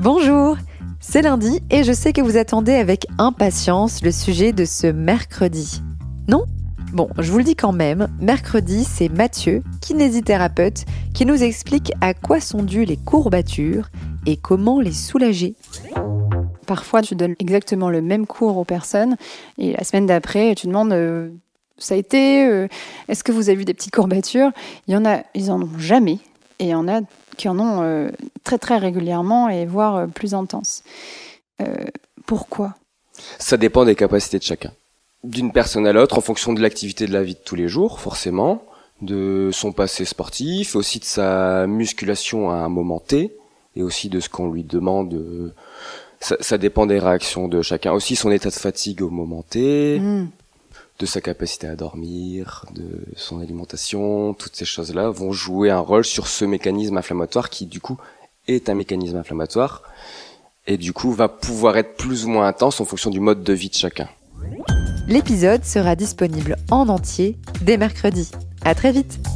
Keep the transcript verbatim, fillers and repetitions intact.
Bonjour, c'est lundi et je sais que vous attendez avec impatience le sujet de ce mercredi. Non ? Bon, je vous le dis quand même, mercredi, c'est Mathieu, kinésithérapeute, qui nous explique à quoi sont dues les courbatures et comment les soulager. Parfois, tu donnes exactement le même cours aux personnes et la semaine d'après, tu demandes euh, ça a été, euh, est-ce que vous avez vu des petites courbatures ? Il y en a, ils en ont jamais et il y en a qui en ont euh, très très régulièrement et voire euh, plus intenses. Euh, pourquoi ? Ça dépend des capacités de chacun. D'une personne à l'autre, en fonction de l'activité de la vie de tous les jours, forcément, de son passé sportif, aussi de sa musculation à un moment T, et aussi de ce qu'on lui demande. Euh, ça, ça dépend des réactions de chacun. Aussi son état de fatigue au moment T, mmh. de sa capacité à dormir, de son alimentation, toutes ces choses-là vont jouer un rôle sur ce mécanisme inflammatoire qui, du coup, est un mécanisme inflammatoire, et du coup, va pouvoir être plus ou moins intense en fonction du mode de vie de chacun. L'épisode sera disponible en entier dès mercredi. À très vite.